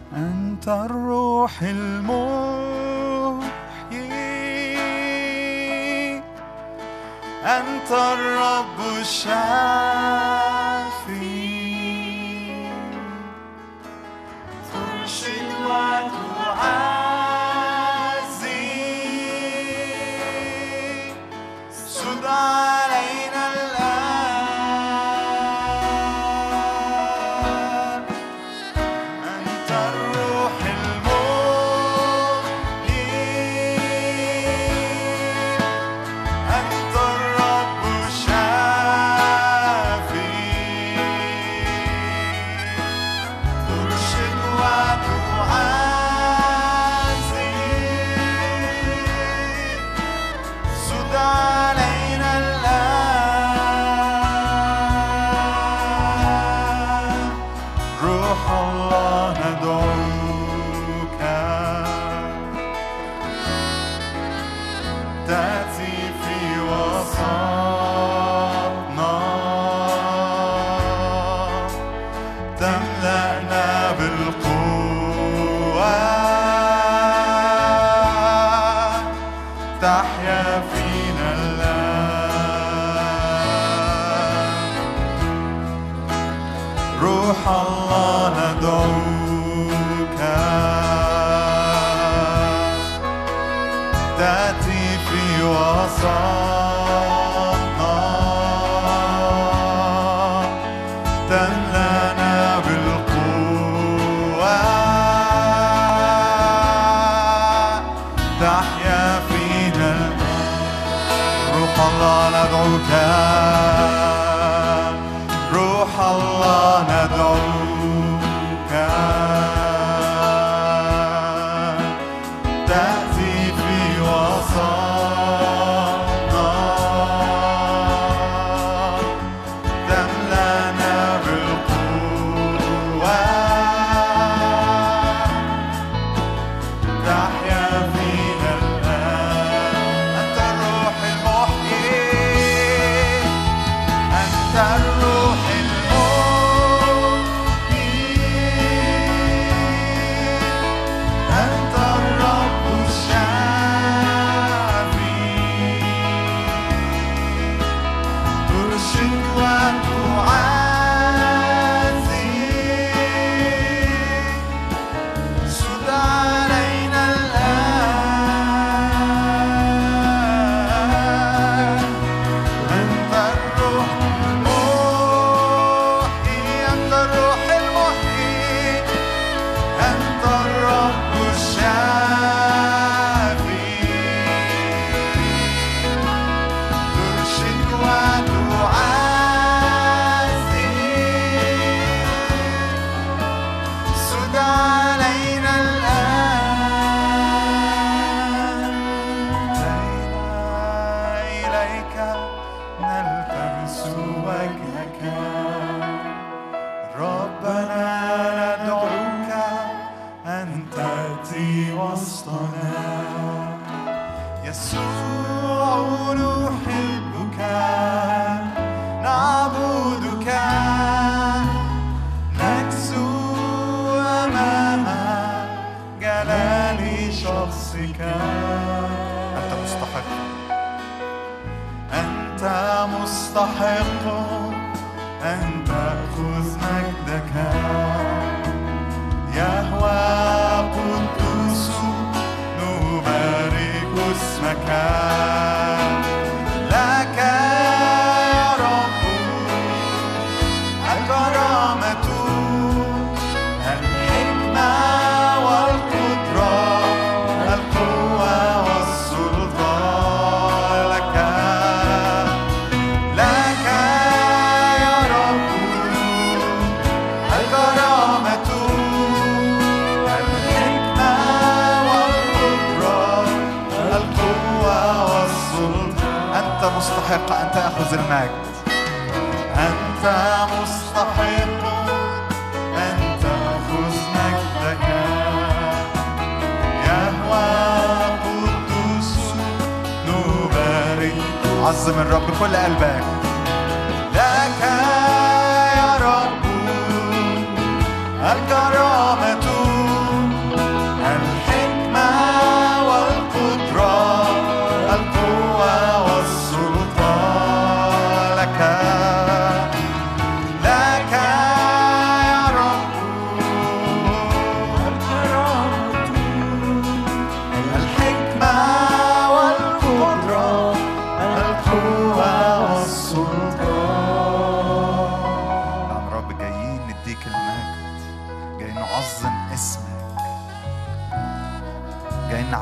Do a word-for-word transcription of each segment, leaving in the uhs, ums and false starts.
أنت الروح المحيي، أنت الرب الشافي، ترشد وتعزي، سد علينا الآن. أنت الروح المحيي، أنت الرب الشافي، ترشد وتعزي، سد علينا الآن. روح الله ندعوك، تأتي في وسطنا، تملأنا بالقوة، تحيا فينا الآن. روح الله ندعوك، تأتي في وسطنا، تملأنا بالقوة، تحيا فينا. روح الله ندعوك، روح الله ندعوك، تأتي في وسطنا، تملأنا بالقوة، تحيا فينا الآن. أنت الروح المحيي، أنت الروح أنت الرب الشافي، ترشد وتعزي، سد علينا الآن. أنت الروح المحيي، أنت الروح المحيي، أنت الرب الشافي، ترشد وتعزي، سد علينا الآن. إليك نلتمس وجهك ربنا، ندعوك أن تأتي وسطنا. يسوع نحبك، نعبدك، نكسو أمام جلال شخصك. أنت مستحق، أنت مستحق أن تأخذ مجدك. يهوى قدوس نبارك اسمك، لك يا رب الكرامة، الحكمة والقدرة، القوة والسلطان، لك لك يا رب الكرامة، الحكمة والقدرة، القوة والسلطان. أنت مستحق أن تأخذ المجد، أنت مستحق أن تأخذ مجدك. يهوى قدوس نبارك. عظم الرب بكل قلبك. لك يا رب الكرامة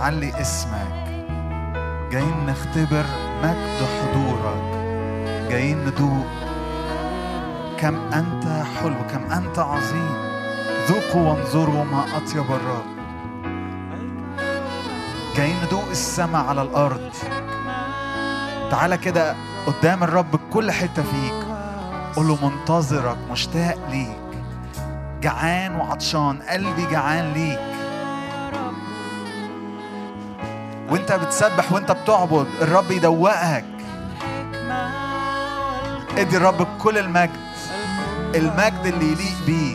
نعلي اسمك، جايين نختبر مجد حضورك، جايين ندوق كم أنت حلو، كم أنت عظيم. ذوقوا وانظروا ما أطيب الرب. جايين ندوق السماء على الأرض. تعالى كده قدام الرب بكل حتة فيك، قل له منتظرك، مشتاق ليك، جعان وعطشان، قلبي جعان ليك. وانت بتسبح وانت بتعبد الرب يدوقك. ادي الرب كل المجد، المجد اللي يليق بيه.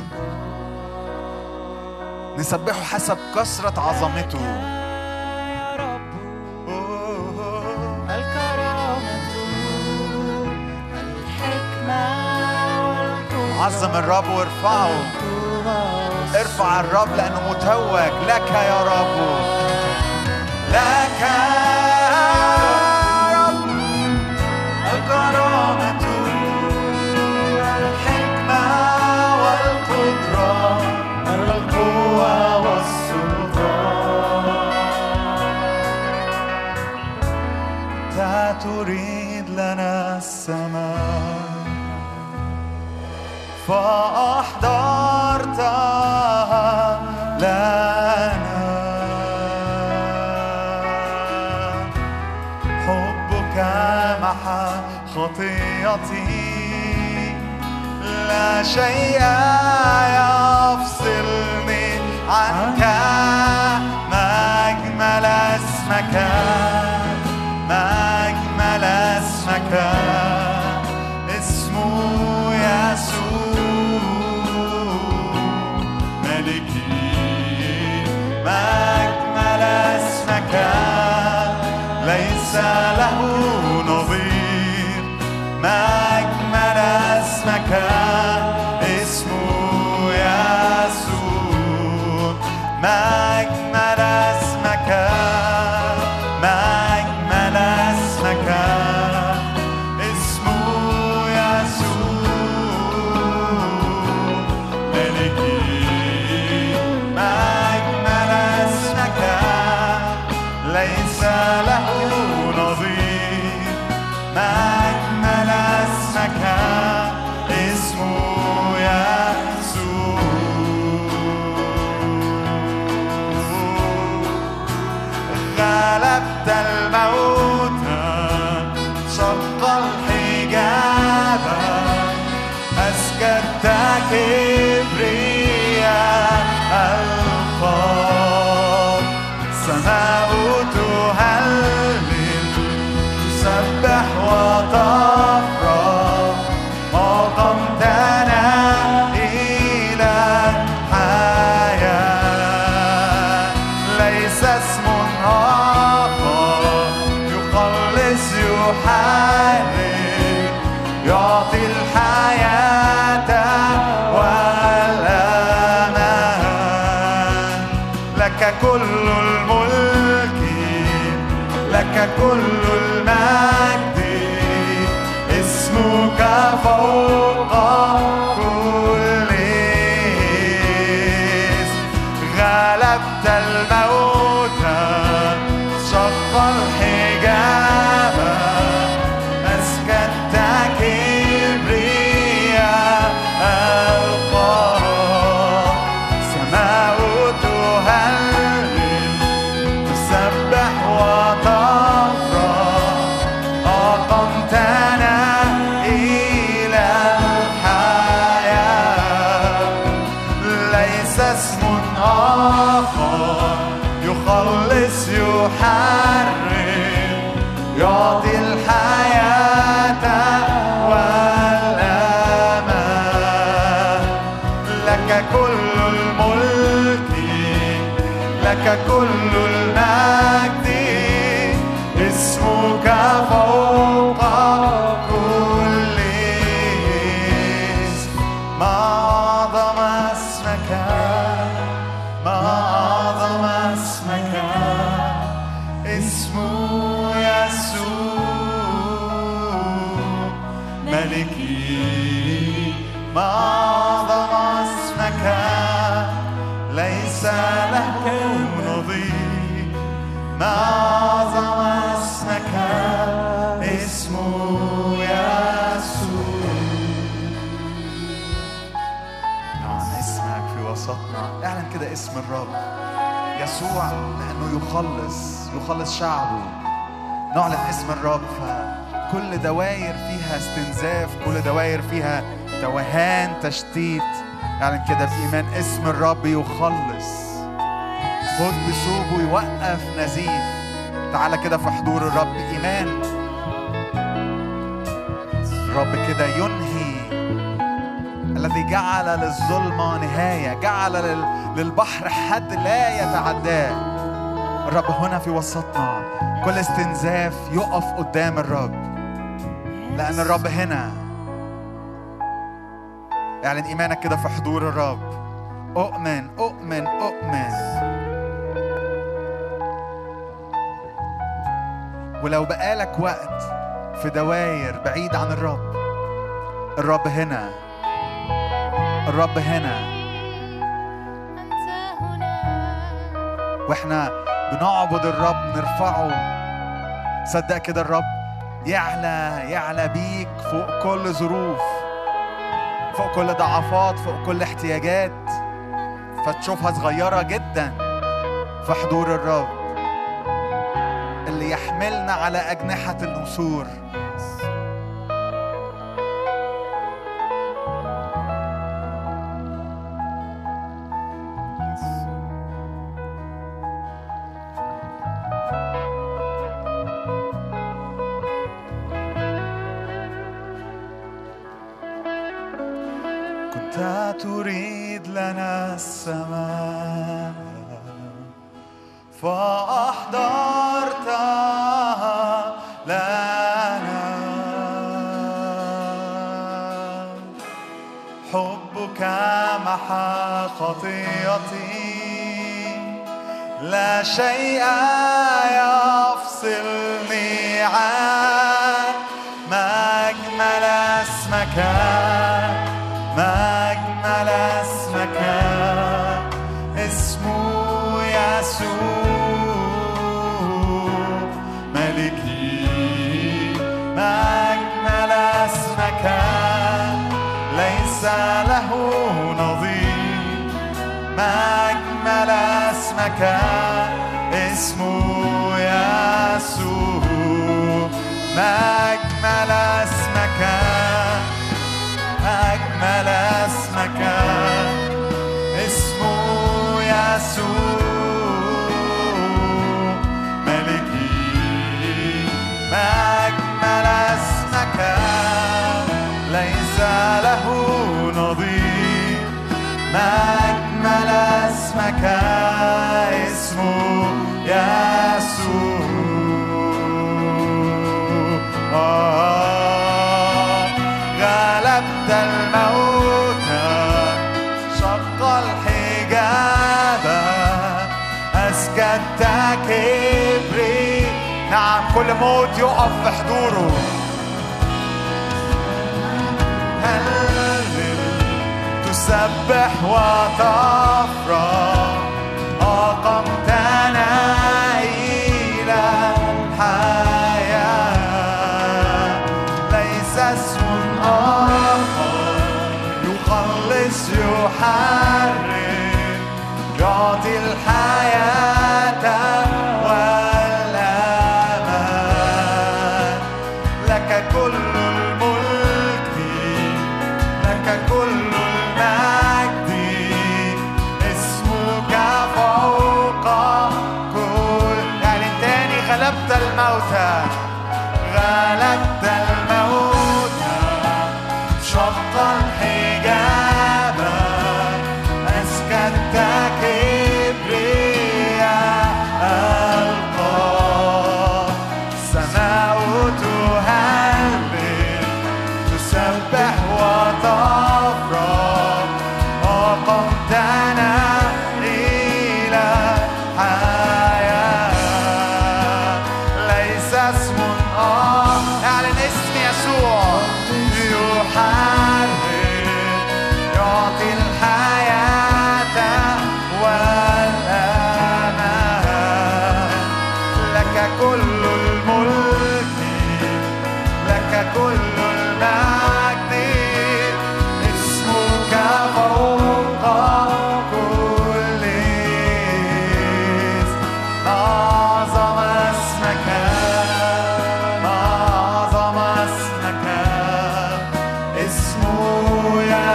نسبحه حسب كثرة عظمته. عظم الرب وارفعه، ارفع الرب لأنه متوج لك يا رب، لك يا رب الكرامة الحكمة والقدرة القوة والسلطان. لا تريد لنا السماء فأحضرتها لنا، حبك محى خطيئتي، لا شيء يفصلني عنك. ما أجمل اسمك، ما أجمل اسمك، اسمه يسوع ملكي. ما أجمل اسمك ليس له نظير. ما أجمل اسمك اسمه يسوع. ما أجمل اسمك، ما أجمل اسمك اسمه يسوع ملكي. ما أجمل اسمك ليس له نظير. ما أجمل اسمك اسمه يسوع. غلبت الموت، شق الحجاب، أسكت كبرياء الخاف. سماء تهلل تسبح وتفرح، أقمتنا إلى الحياة. ليس اسم آخر يخلص يحرك، يعطي الحياة والأمان. لك كل الملك، لك كل المجد، اسمك فوق كل اسم. غلبت الموت، شق الحجاب، أسكت كبرياء القهر. سماء تهلل تسبح وتفرح، أقمتنا إلى الحياة. ليس اسم آخر يخلص يحرر، يعطي الحياة والأمان. لك كل الملك، لك كل المجد، اسمك فوق كل اسم. ما أعظم اسمك، ما أعظم اسمك، اسمه يسوع ملكي. ما أعظم اسمك ليس له نظير. وسطنا. اعلن كده اسم الرب يسوع لأنه يخلص يخلص شعبه. نعلن اسم الرب. فكل دوائر فيها استنزاف، كل دوائر فيها توهان تشتيت، اعلن كده بإيمان اسم الرب يخلص. خد بثوبه يوقف نزيف. تعالى كده في حضور الرب بإيمان. الرب كده ينهي الذي جعل للظلمة نهاية، جعل للبحر حد لا يتعداه. الرب هنا في وسطنا. كل استنزاف يقف قدام الرب لأن الرب هنا. اعلن إيمانك كده في حضور الرب. أؤمن أؤمن أؤمن. ولو بقالك وقت في دواير بعيد عن الرب، الرب هنا. الرب هنا. واحنا بنعبد الرب نرفعه. صدق كده الرب يعلى يعلى بيك فوق كل ظروف، فوق كل ضعفات، فوق كل احتياجات، فتشوفها صغيرة جدا في حضور الرب اللي يحملنا على أجنحة النسور. كنت تريد لنا السماء فأحضرتها لنا. حبك محى خطيئتي، لا شيء يفصلني عنك. ما أجمل اسمك، ما أجمل اسمك، اسمه يسوع ملكي. ما أجمل اسمك، ليس له نظير. ما أجمل اسمك، اسمه يسوع. ما أجمل اسمك، أجمل اسمك، اسمه يسوع ملكي. ما أجمل اسمك، ليس له نظير. ما أجمل اسمك، اسمه يسوع. آه غلبت الموت، شق الحجاب، أسكت كبري. نعم كل موت يقف في حضوره. هلل تسبح وتفرح، أقمتنا إلى الحياة. ليس اسم آخر يخلص يحرر، يعطي الحياة والأمان. لك كل الملك، لك كل المجد، اسمك فوق كل. يعني تاني غلبت الموتى، غلبت الموتى، شق الحجاب، أسكت كبرياء القاف. السماء تهلل تسبح وتفرح، أقمتنا إلى حياة. ليس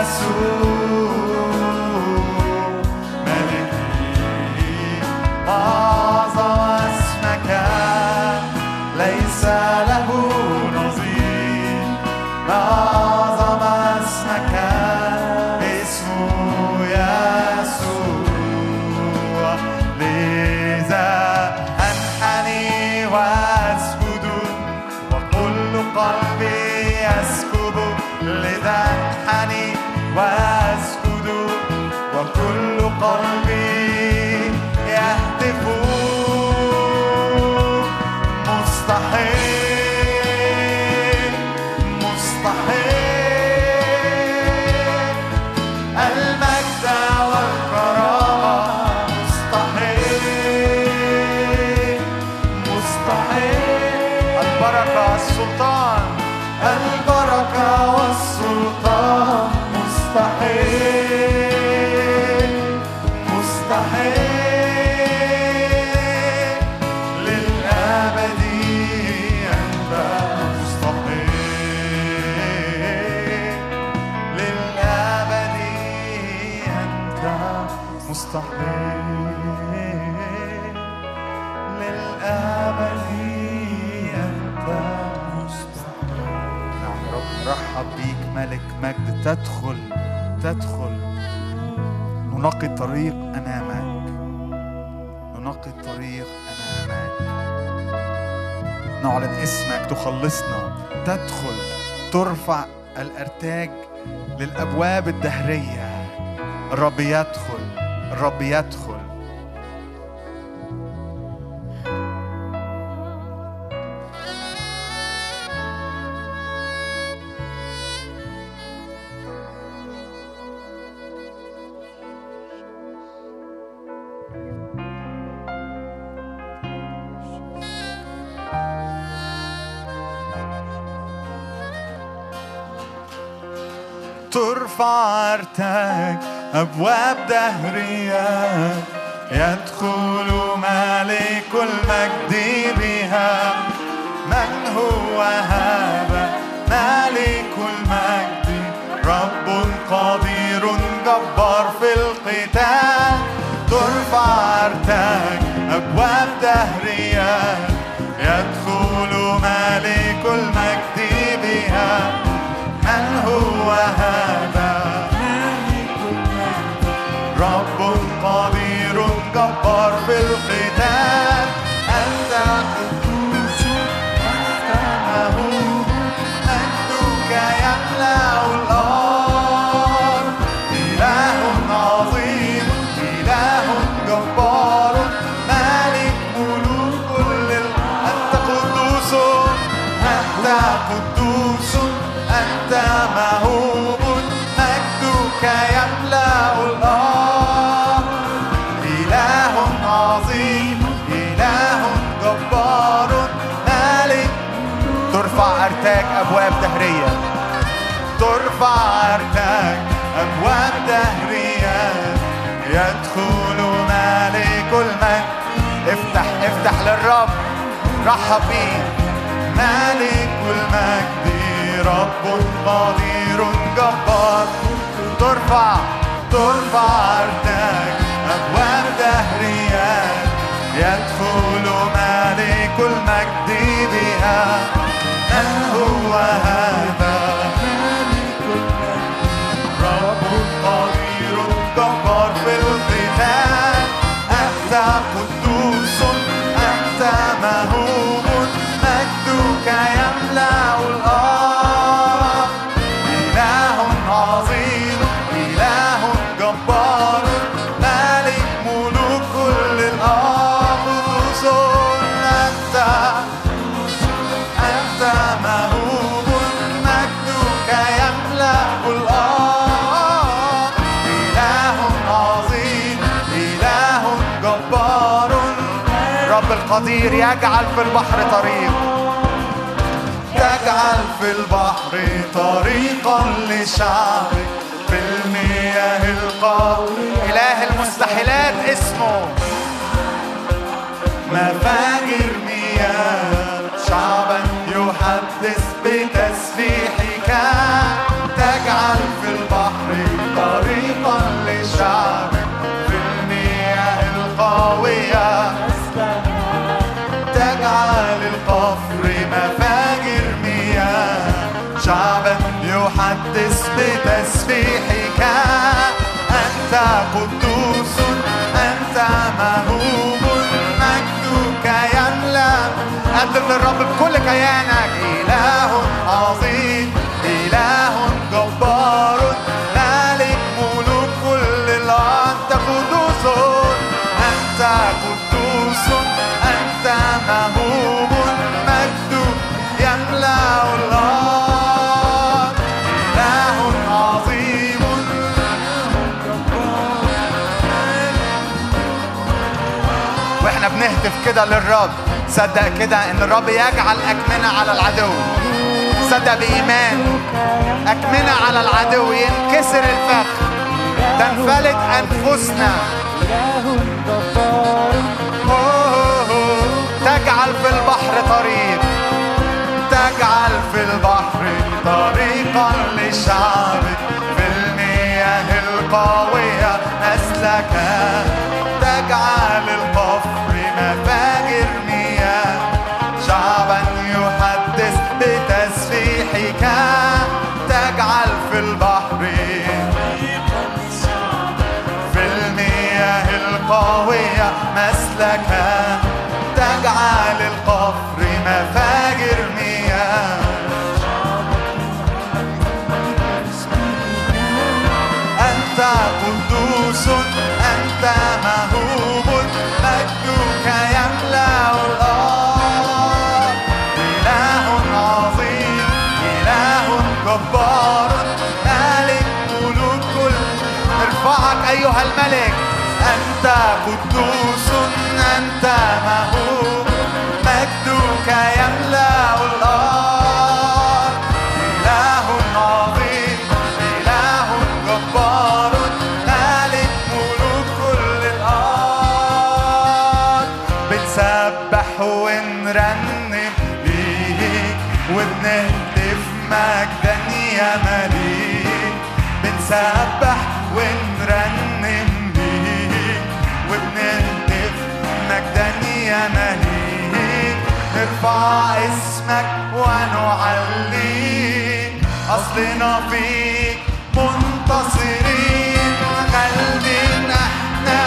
تدخل تدخل ننقي الطريق أمامك، ننقي الطريق أمامك، نعلن اسمك، تخلصنا، تدخل ترفع الأرتاج للأبواب الدهرية. الرب يدخل، الرب يدخل. ترفع أرتاج أبواب دهرية، يدخل ملك المجد بها. من هو هذا ملك المجد؟ رب قدير جبار في القتال. ترفع أرتاج أبواب دهرية، يدخل ملك المجد بها. من هو هذا ملك المجد؟ رب قدير جبار في القتال. أنت قدوس، أنت مهوب، مجدك يملأ الأرض. إله عظيم، إله جبار، مالك ملوك كل الأرض. أنت قدوس، أنت قدوس، أنت مهوب، مجدك يملأ الأرض. إله عظيم، إله جبار، مالك. ترفع أرتاج أبواب دهرية، ترفع أرتاج أبواب دهرية، يدخل مالك المجد. افتح افتح للرب، رحب بيه. مالك المجد رب قدير جبار. ترفع ترفع أرتاج أبواب دهرية، يدخل مالك المجد بها. من هو هذا مالك المجد؟ رب قدير جبار في القتال. أنت قدوس، أنت مهوب، مجدك يملأ الأرض. إله عظيم، إله جبار، مالك ملوك كل الأرض. أنت أنت مهوب، مجدك يملأ الأرض. إله عظيم، إله جبار. رب القدير يجعل في البحر طريق، تجعل في البحر طريقا لشعبك في المياه القوية. إله المستحيلات اسمه. مفاجر مياه، شعبا يحدث بتسبيحك. تجعل في البحر بتسبيحك. أنت قدوس، أنت مهوب، مجدك يملأ. قدم للرب بكل كيانك. إله عظيم، إله جبار، مالك ملوك كل الأرض. أنت قدوس، أنت قدوس، أنت مهوب، مجدك يملأ الأرض. إله عظيم. واحنا بنهتف كده للرب، صدق كده ان الرب يجعل أكمنة على العدو. صدق بإيمان أكمنة على العدو، ينكسر الفخ، تنفلت أنفسنا. تجعل في البحر طريق، تجعل في البحر طريقا لشعبك، في المياه القوية مسلكا. تجعل القفر مفاجر مياه، شعبا يحدث بتسبيحك. تجعل في البحر في المياه القوية مسلكا. تجعل القفر مفاجر مياه. أنت قدوس، أنت مهوب، مجدك يملأ الأرض. إله عظيم، إله جبار، مالك ملوك كل. ارفعك أيها الملك. أنت قدوس، أنت مهوب، مجدك يملأ الأرض. إله عظيم، إله جبار، مالك ملوك كل الأرض. بنسبح ونرنم ليك وبنهتف مجدا يا مليك. بنسبح ونرنم وبنهتف مجدا يا مليك. نرفع اسمك ونعليك، أصلنا فيك منتصرين. قلبنا احنا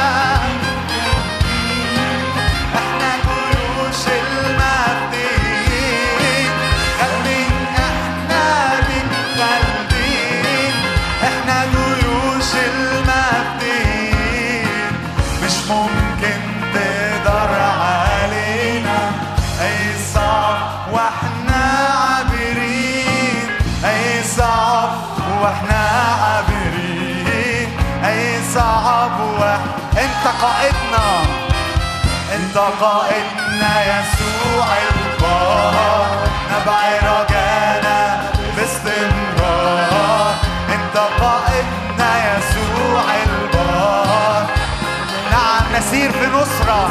احنا جيوش المفديين. قلبنا احنا بين قلبين، احنا جيوش المفديين. مش ممكن تقدر علينا أي صعب واحنا عابرين. أي صعب واحنا عابرين. أي صعب واحنا. انت قائدنا، انت قائدنا يسوع البار، نبع رجانا باستمرار. انت قائدنا يسوع البار، نعم نسير في نصرة.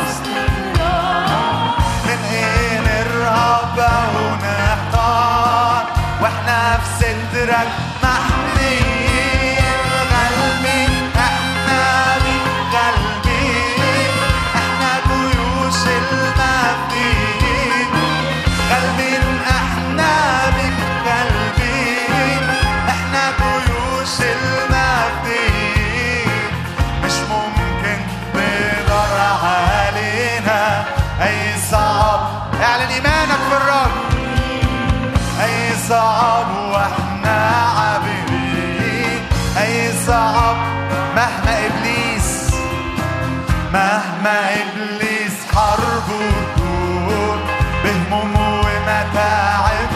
من ايه نرهب او نحتار، واحنا في سترك محميين. غالبين احنا بيك غالبين، احنا جيوش المفديين. غالبين احنا بيك غالبين، احنا جيوش المفديين. مش ممكن تقدر علينا أي صعب. اعلن إيمانك في الرب. أي صعب واحنا عابرين. أي صعب مهما إبليس مهما إبليس حربه طول بهموم ومتاعب.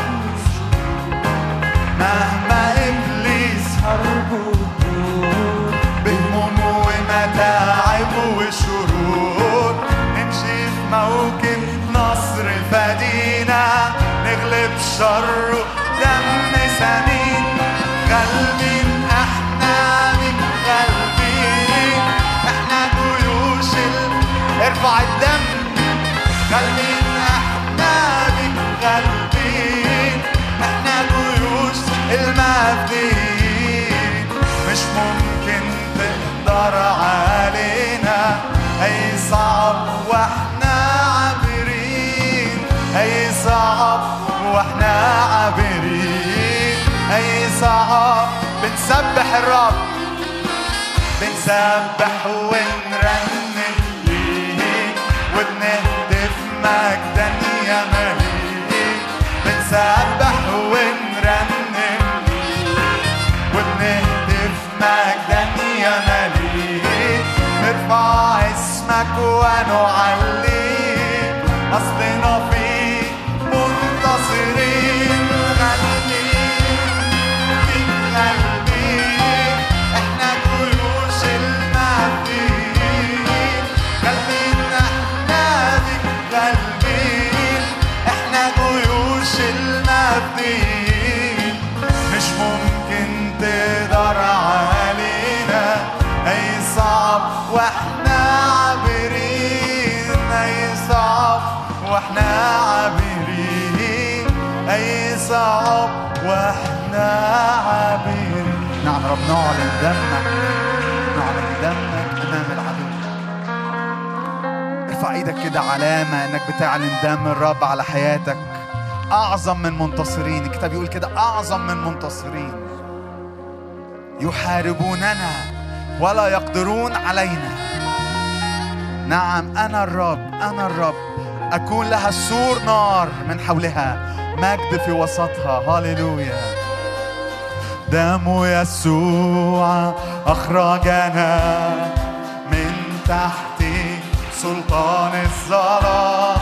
مهما إبليس حربه طول بهموم ومتاعب وشرور. نمشي في موكب نصر فدينا، نغلب شره دم سمين. غالبين احنا بيك غالبين، احنا جيوش ال... ارفع الدم. غالبين احنا بيك غالبين، احنا جيوش المفديين. مش ممكن تقدر علينا أي صعب واحنا عابرين. أي صعب واحنا عابرين. أي صعب بنسبح الرب، بنسبح ونرنم ليك وبنهتف مجدا يا مليك. بنسبح ونرنم ليك وبنهتف مجدا يا مليك. نرفع اسمك ونعليك، أصلنا فيك منتصرين. غني من قلبي احنا جيوش المهديين، قلبنا احنا بك غالبين، احنا جيوش المهديين. مش ممكن تقدر علينا اي صعب واحنا عابرين، اي صعب واحنا عابرين، اي صعب واحنا عابرين. نعم رب، نعلن دمك، نعلن دمك امام العدو. ارفع ايدك كده علامة انك بتعلن دم الرب على حياتك. اعظم من منتصرين، الكتاب يقول كده اعظم من منتصرين. يحاربوننا ولا يقدرون علينا. نعم أنا الرب، أنا الرب، أكون لها سور نار من حولها، مجد في وسطها. هاليلويا. دم يسوع أخرجنا من تحت سلطان الظلام،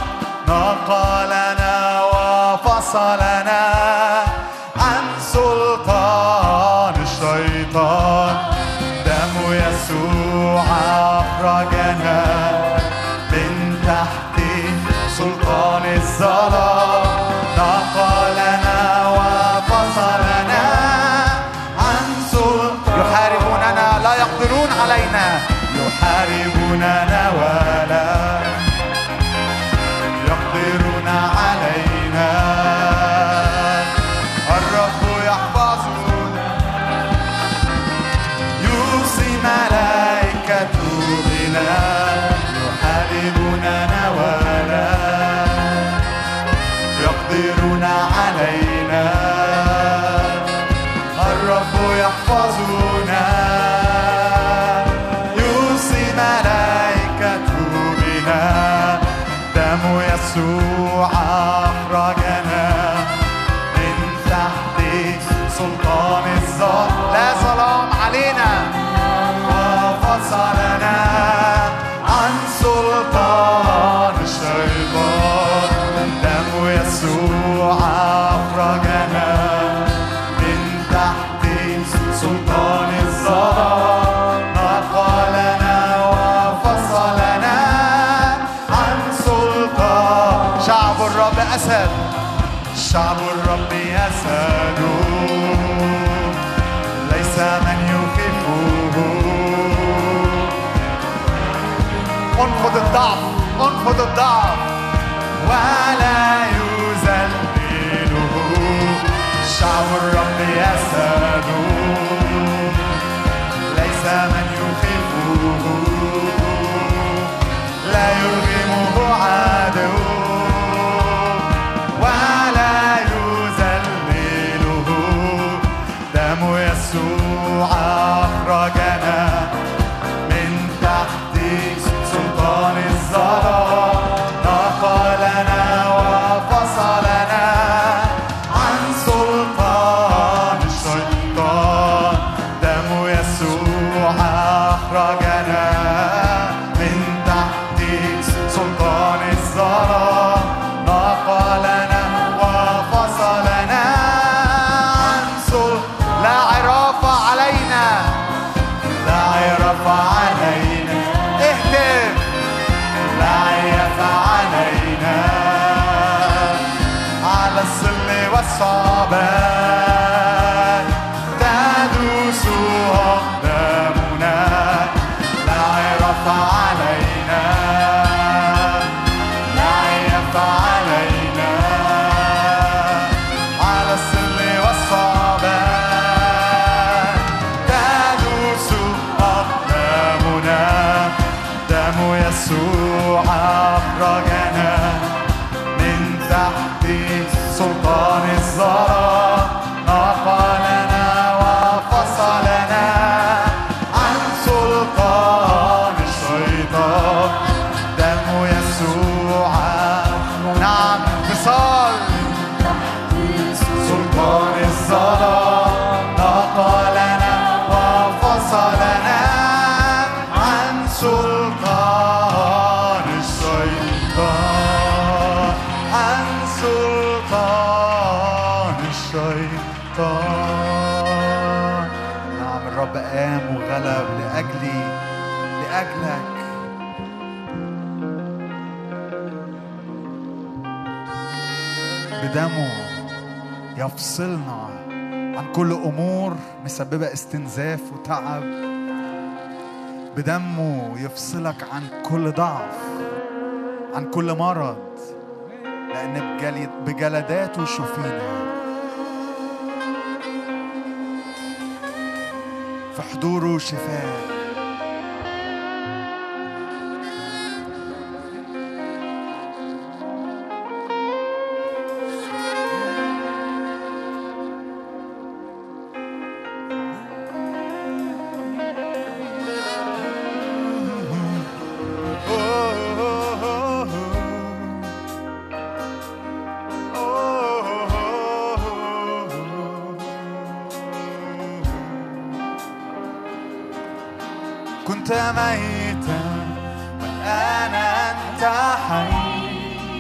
نقلنا وفصلنا عن سلطان الشيطان. دم يسوع أخرجنا من تحت سلطان الظلام، نقلنا وفصلنا عن سلطان. يحاربوننا لا يقدرون علينا، يحاربوننا ولا يقدرون علينا. الرب يحفظنا، يوصي ملائكته بنا، يحاربوننا ولا يقدرون علينا. الرب يحفظنا، يوصي ملائكته بنا. دم يسوع أخرجنا من تحت سلطان الظلام، لا ظلام علينا، وفصلنا عن سلطان الشيطان. دم يسوع أخرجنا من تحت سلطان الظلام، نقلنا وفصلنا عن سلطان. شعب الرب أسد، شعب الرب أسد، ليس من يخيفه. انفض الضعف، انفض الضعف ولا يذلله. شعب الرب أسد، ليس من يخيفه، لا يرغمه عدو ولا يذلله. دم يسوع أخرجنا من تحت سلطان الظلام، نقلنا وفصلنا عن سلطان الشيطان. دم يسوع أخرجنا من تحت سلطان الظلام، نقلنا وفصلنا عن سلطان. لا عرف علينا، لا عرف علينا. اهتف، لا عرف علينا. على الظل والصعبان تدوس أقدامنا. لا عرف علينا، لا عرف علينا. على الظل والصعبان تدوس أقدامنا. دم يسوع أخرجنا من تحت سلطان الظلام، قام وغلب لأجلي لأجلك. بدمه يفصلنا عن كل أمور مسببة استنزاف وتعب. بدمه يفصلك عن كل ضعف، عن كل مرض، لأن بجلداته شفينا. في حضوره شفاء. كنت ميتا والآن أنت حي،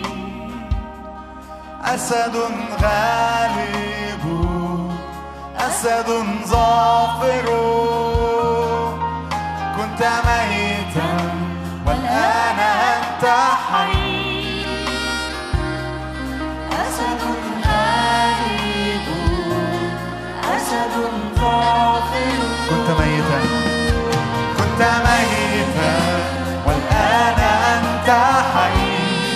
أسد غالب، أسد ظافر. كنت ميتا والآن أنت حي، أسد غالب، أسد ظافر. كنت ميتا كنت ميتا والآن أنت حي،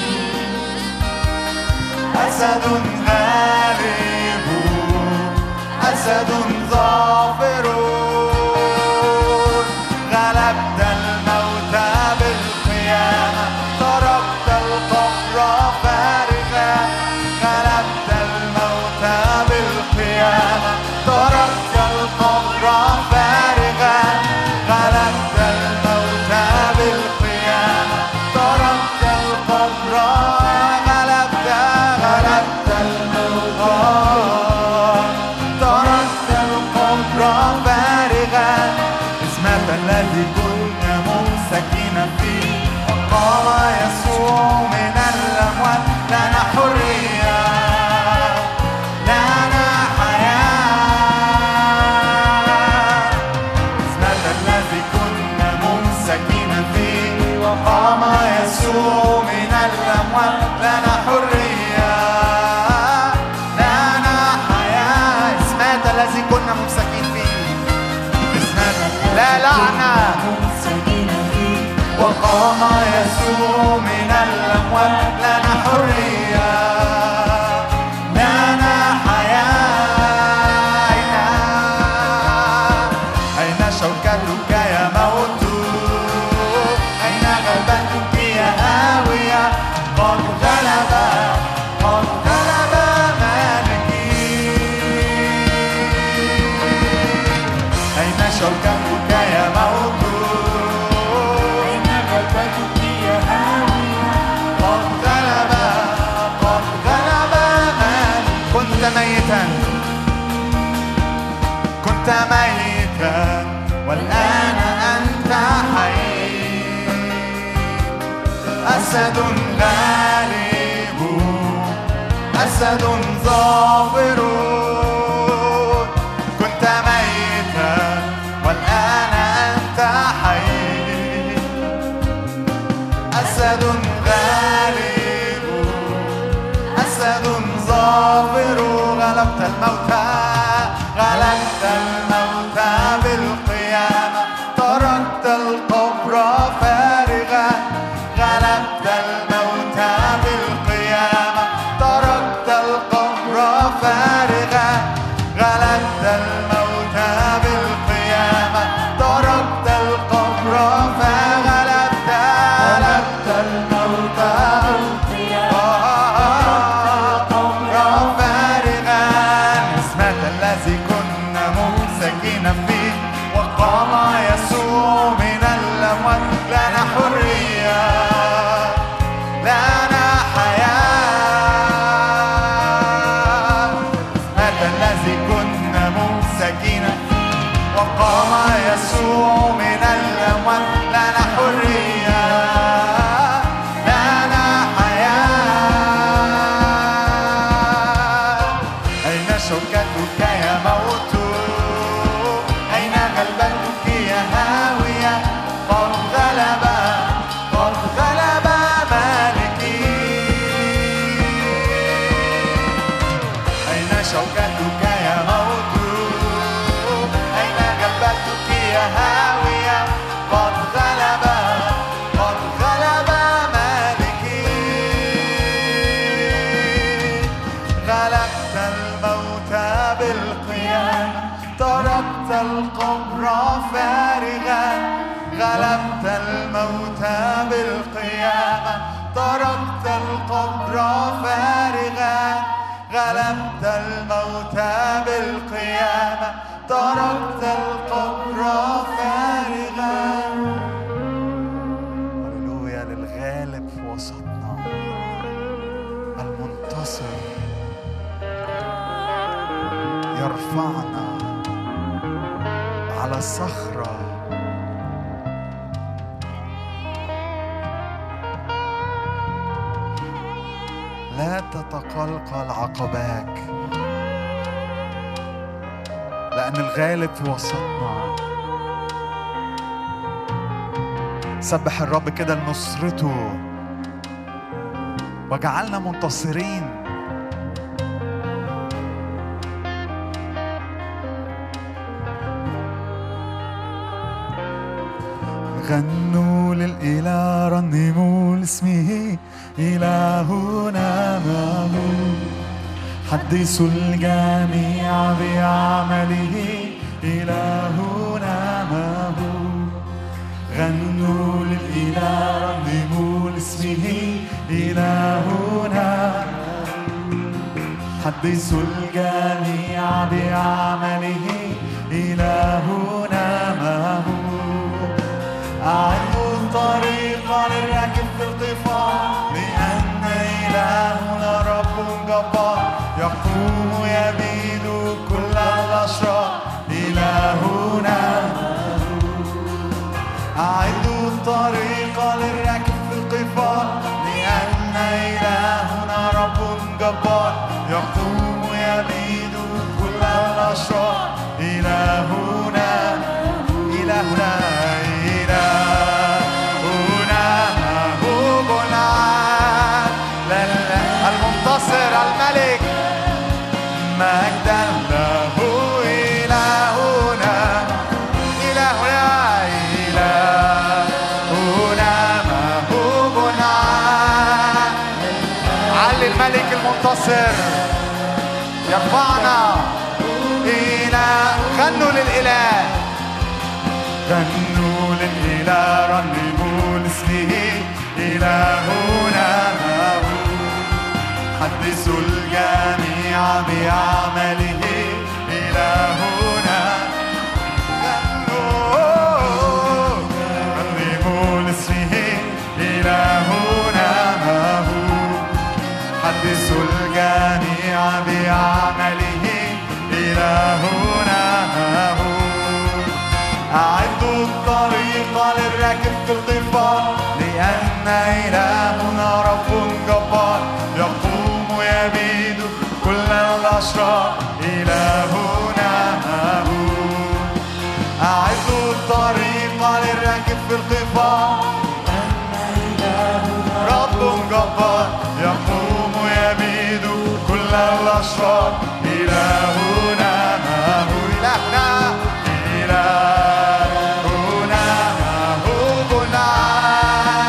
أسد غالب، أسد ظافر. غلبت الموت بالقيامة، تركت القبر فارغا. غلبت الموت بالقيامة، تركت القبر فارغا. غلبت الموت بالقيامة، تركت القبر. غلبت غلبت الموت، تركت القبر فارغا. اسمك الذي كنا ممسكين فيه، وقام يسوع من الأموات. لنا حرية، لنا حياة. اسمك الذي كنا ممسكين فيه، وقام يسوع من الأموات. لنا حرية، لنا حياة. اسمك الذي كنا ممسكين فيه، اسمك لا لعنة. وقام يسوع من الأموات. لنا حرية، لنا حياة. أين شوكتك يا موت؟ أين غلبتك يا هاوية؟ قد غلب، قد غلب مالكي. أين شوكتك يا موت؟ أين غلبتك يا هاوية؟ قد غلب، قد غلب مالكي. كنت ميتا كنت ميتا والآن أنت حي، أسد غالب، أسد ظافر. كنت ميتا والآن أنت حي، أسد غالب، أسد ظافر. غلبت الموتى، غلبت الموتى بالقيامة، تركت القبر فارغا. غلبت الموتى بالقيامة، تركت القبر فارغا. غلبت الموتى بالقيامة، تركت القبر فغلبت. غلبت الموتى الذي كنا ممسكين فيه، وقام يسوع من الأموات. لنا حرية، لنا حياة. هذا الذي كنا ممسكين فيه، وقام يسوع من الأموات. لنا حرية، لنا حياة. أين شوكتك يا موت؟ أين غلبتك فارغا، غلبت الموت بالقيامة، تركت القبر فارغا، غلبت الموت بالقيامة، تركت القبر فارغا. هللويا للغالب في وسطنا، المنتصر يرفعنا على صخرة. لا تتقلقل عقباك، لأن الغالب في وسطنا. سبح الرب كده لنصرته، وجعلنا منتصرين. غنوا للإله، رنموا لاسمه، إلهنا ما هو. حدثوا الجميع بعمله، إلهنا ما هو. غنوا للإله، رنموا لاسمه، إلهنا. حدثوا الجميع بعمله، إلهنا ما هو. أعدوا الطريق للراكب في القفار، لأن إلهنا رب جبار، يقوم يبيد كل الأشرار، إلهنا. أعدوا الطريق للراكب في القفار، لأن إلهنا رب جبار، يقوم يبيد كل الأشرار، إلهنا. إلهنا الملك، مجدا له. إلهنا إلهنا إلهنا موهوب عال. علي الملك المنتصر يرفعنا. إله غنوا للإله، غنوا للإله، رنموا لاسمه، إلهنا موهوب. حدثوا الجميع بعمله، إلهنا. غنوا رنموا لاسمه، إلهنا ما هو. حدثوا الجميع بعمله، إلهنا ما هو. أعدوا الطريق للراكب في القفار، لأن إلهنا رب جبار، يقوم يبيد كل الأشرار، إلهنا هو. أعدوا الطريق للراكب في القفار، رب جبار، يقوم يبيد كل الأشرار، إلهنا هو. إلهنا إلهنا موهوب عال.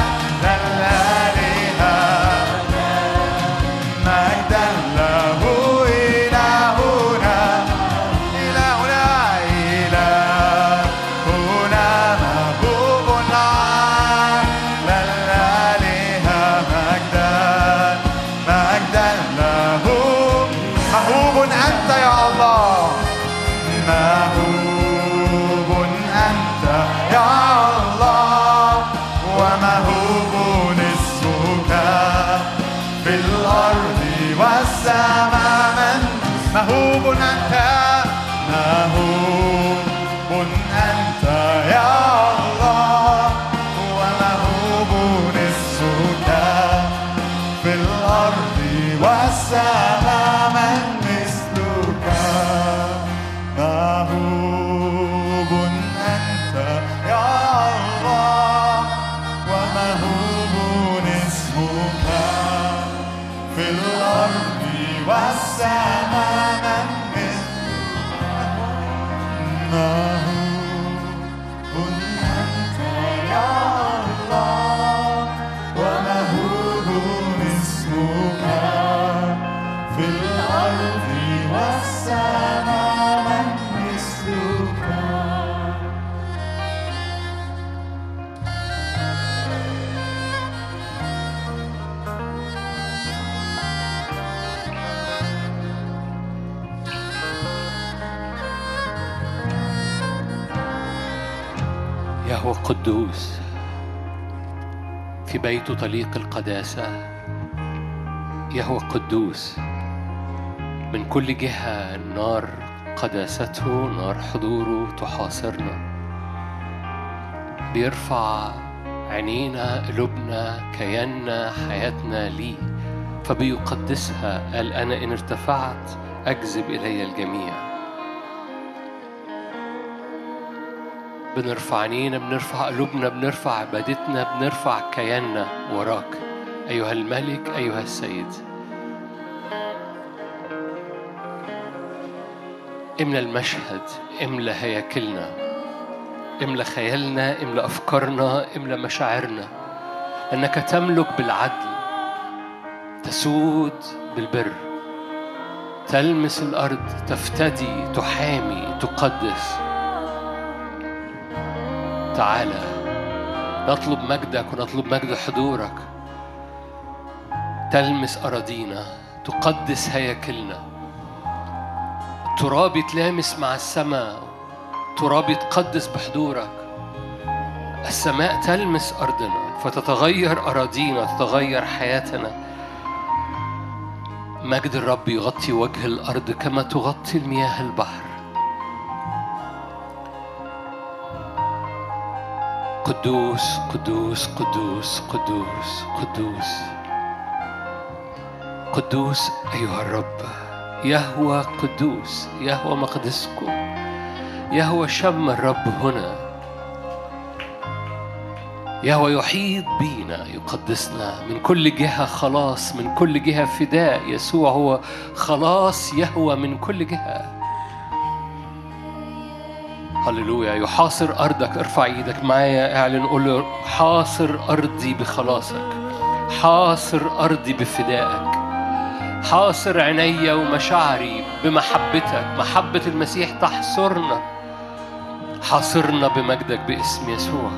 يهوه قدوس، في بيته طليق القداسة. يهوه قدوس، من كل جهة نار قداسته، نار حضوره تحاصرنا. بيرفع عينينا، قلوبنا، كياننا، حياتنا ليه، فبيقدسها. قال أنا إن ارتفعت أجذب إلي الجميع. بنرفع عينينا، بنرفع قلوبنا، بنرفع عبادتنا، بنرفع كياننا وراك أيها الملك، أيها السيد. املى المشهد، املى هياكلنا، املى خيالنا، املى أفكارنا، املى مشاعرنا، أنك تملك بالعدل، تسود بالبر، تلمس الأرض، تفتدي، تحامي، تقدس. تعالى نطلب مجدك ونطلب مجد حضورك، تلمس أراضينا، تقدس هياكلنا. التراب يتلامس مع السماء، التراب يتقدس بحضورك. السماء تلمس أرضنا فتتغير أراضينا، تتغير حياتنا. مجد الرب يغطي وجه الأرض كما تغطي المياه البحر. قدوس قدوس قدوس قدوس قدوس قدوس أيها الرب. يهوه قدوس، يهوه مقدسكم، يهوه شم الرب هنا. يهوه يحيط بينا، يقدسنا من كل جهة، خلاص من كل جهة، فداء. يسوع هو خلاص يهوه من كل جهة. هللويا. يحاصر أرضك. ارفع ايدك معايا، اعلن، قول له حاصر أرضي بخلاصك، حاصر أرضي بفدائك، حاصر عيني ومشاعري بمحبتك. محبة المسيح تحصرنا. حاصرنا بمجدك باسم يسوع.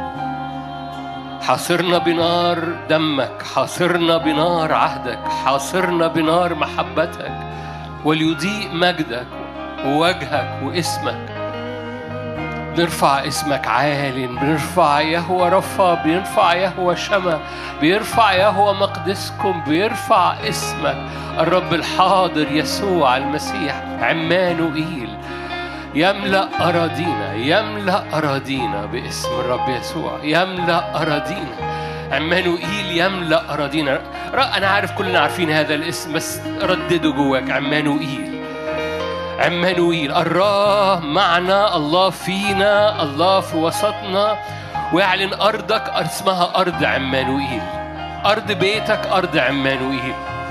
حاصرنا بنار دمك، حاصرنا بنار عهدك، حاصرنا بنار محبتك، وليضيء مجدك ووجهك واسمك. بنرفع اسمك عال، بنرفع يهوه رفا، بنرفع يهوه شما، بيرفع يهوه مقدسكم، بيرفع اسمك الرب الحاضر يسوع المسيح عمانوئيل. يملأ أراضينا، يملأ أراضينا باسم الرب يسوع، يملأ أراضينا. عمانوئيل يملأ أراضينا. أنا عارف كلنا عارفين هذا الاسم، بس ردده جواك. عمانوئيل، عمانوئيل، الله معنا، الله فينا، الله في وسطنا. ويعلن أرضك اسمها أرض عمانوئيل، أرض بيتك أرض عمانوئيل،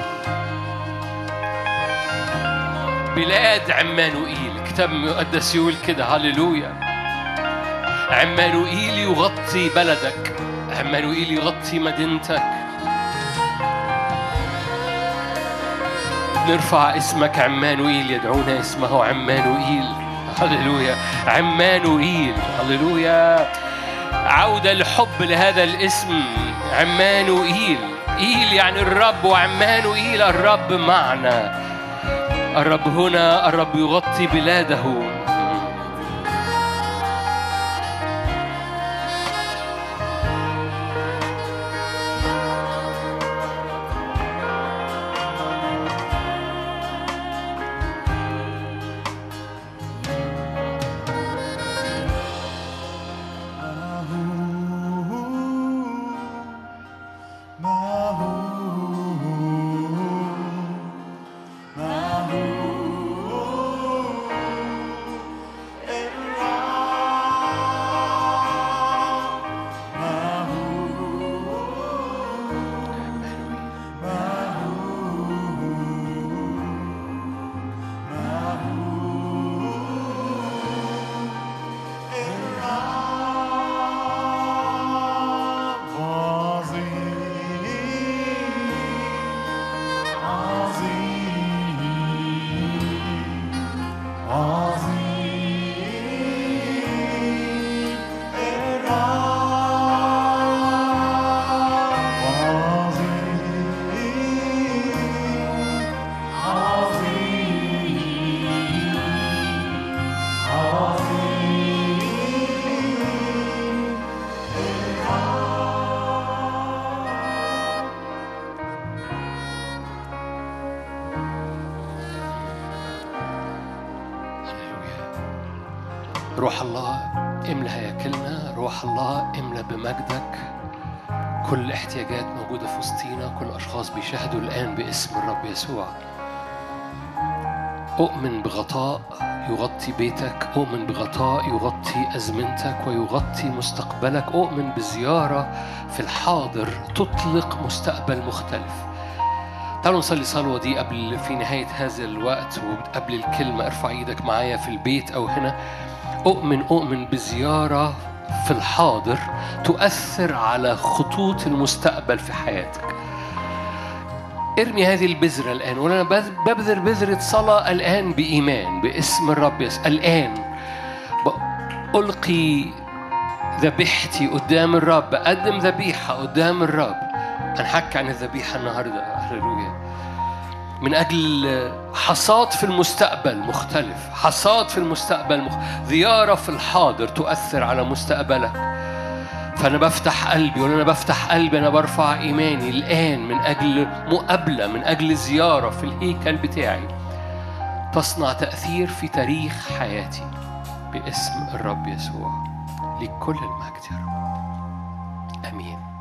بلاد عمانوئيل. كتاب مقدس يقول كده. هللويا. عمانوئيل يغطي بلدك، عمانوئيل يغطي مدينتك. نرفع اسمك عمانوئيل، يدعونا اسمه عمانوئيل. هللويا. عمانوئيل. هللويا. عودة الحب لهذا الاسم عمانوئيل. إيل يعني الرب، وعمانوئيل الرب معنا. الرب هنا، الرب يغطي بلاده. روح الله املى هياكلنا، روح الله املى بمجدك كل احتياجات موجودة في وسطينا، كل أشخاص بيشاهدوا الآن باسم الرب يسوع. أؤمن بغطاء يغطي بيتك، أؤمن بغطاء يغطي أزمنتك ويغطي مستقبلك، أؤمن بزيارة في الحاضر تطلق مستقبل مختلف. تعالوا نصلي صلوة دي قبل في نهاية هذا الوقت وقبل الكلمة. ارفع ايدك معايا في البيت أو هنا. أؤمن أؤمن بزيارة في الحاضر تؤثر على خطوط المستقبل في حياتك. ارمي هذه البذرة الآن، وأنا ببذر بذرة صلاة الآن بإيمان باسم الرب يسوع. الآن ألقي ذبيحتي قدام الرب، أقدم ذبيحة قدام الرب. هنحكي عن الذبيحة النهاردة، هللويا، من أجل حصاد في المستقبل مختلف، حصاد في المستقبل مختلف. زيارة في الحاضر تؤثر على مستقبلك. فأنا بفتح قلبي، وأنا بفتح قلبي أنا برفع إيماني الآن من أجل مقابلة، من أجل زيارة في الهيكل بتاعي تصنع تأثير في تاريخ حياتي باسم الرب يسوع. لكل المجد يا رب، آمين.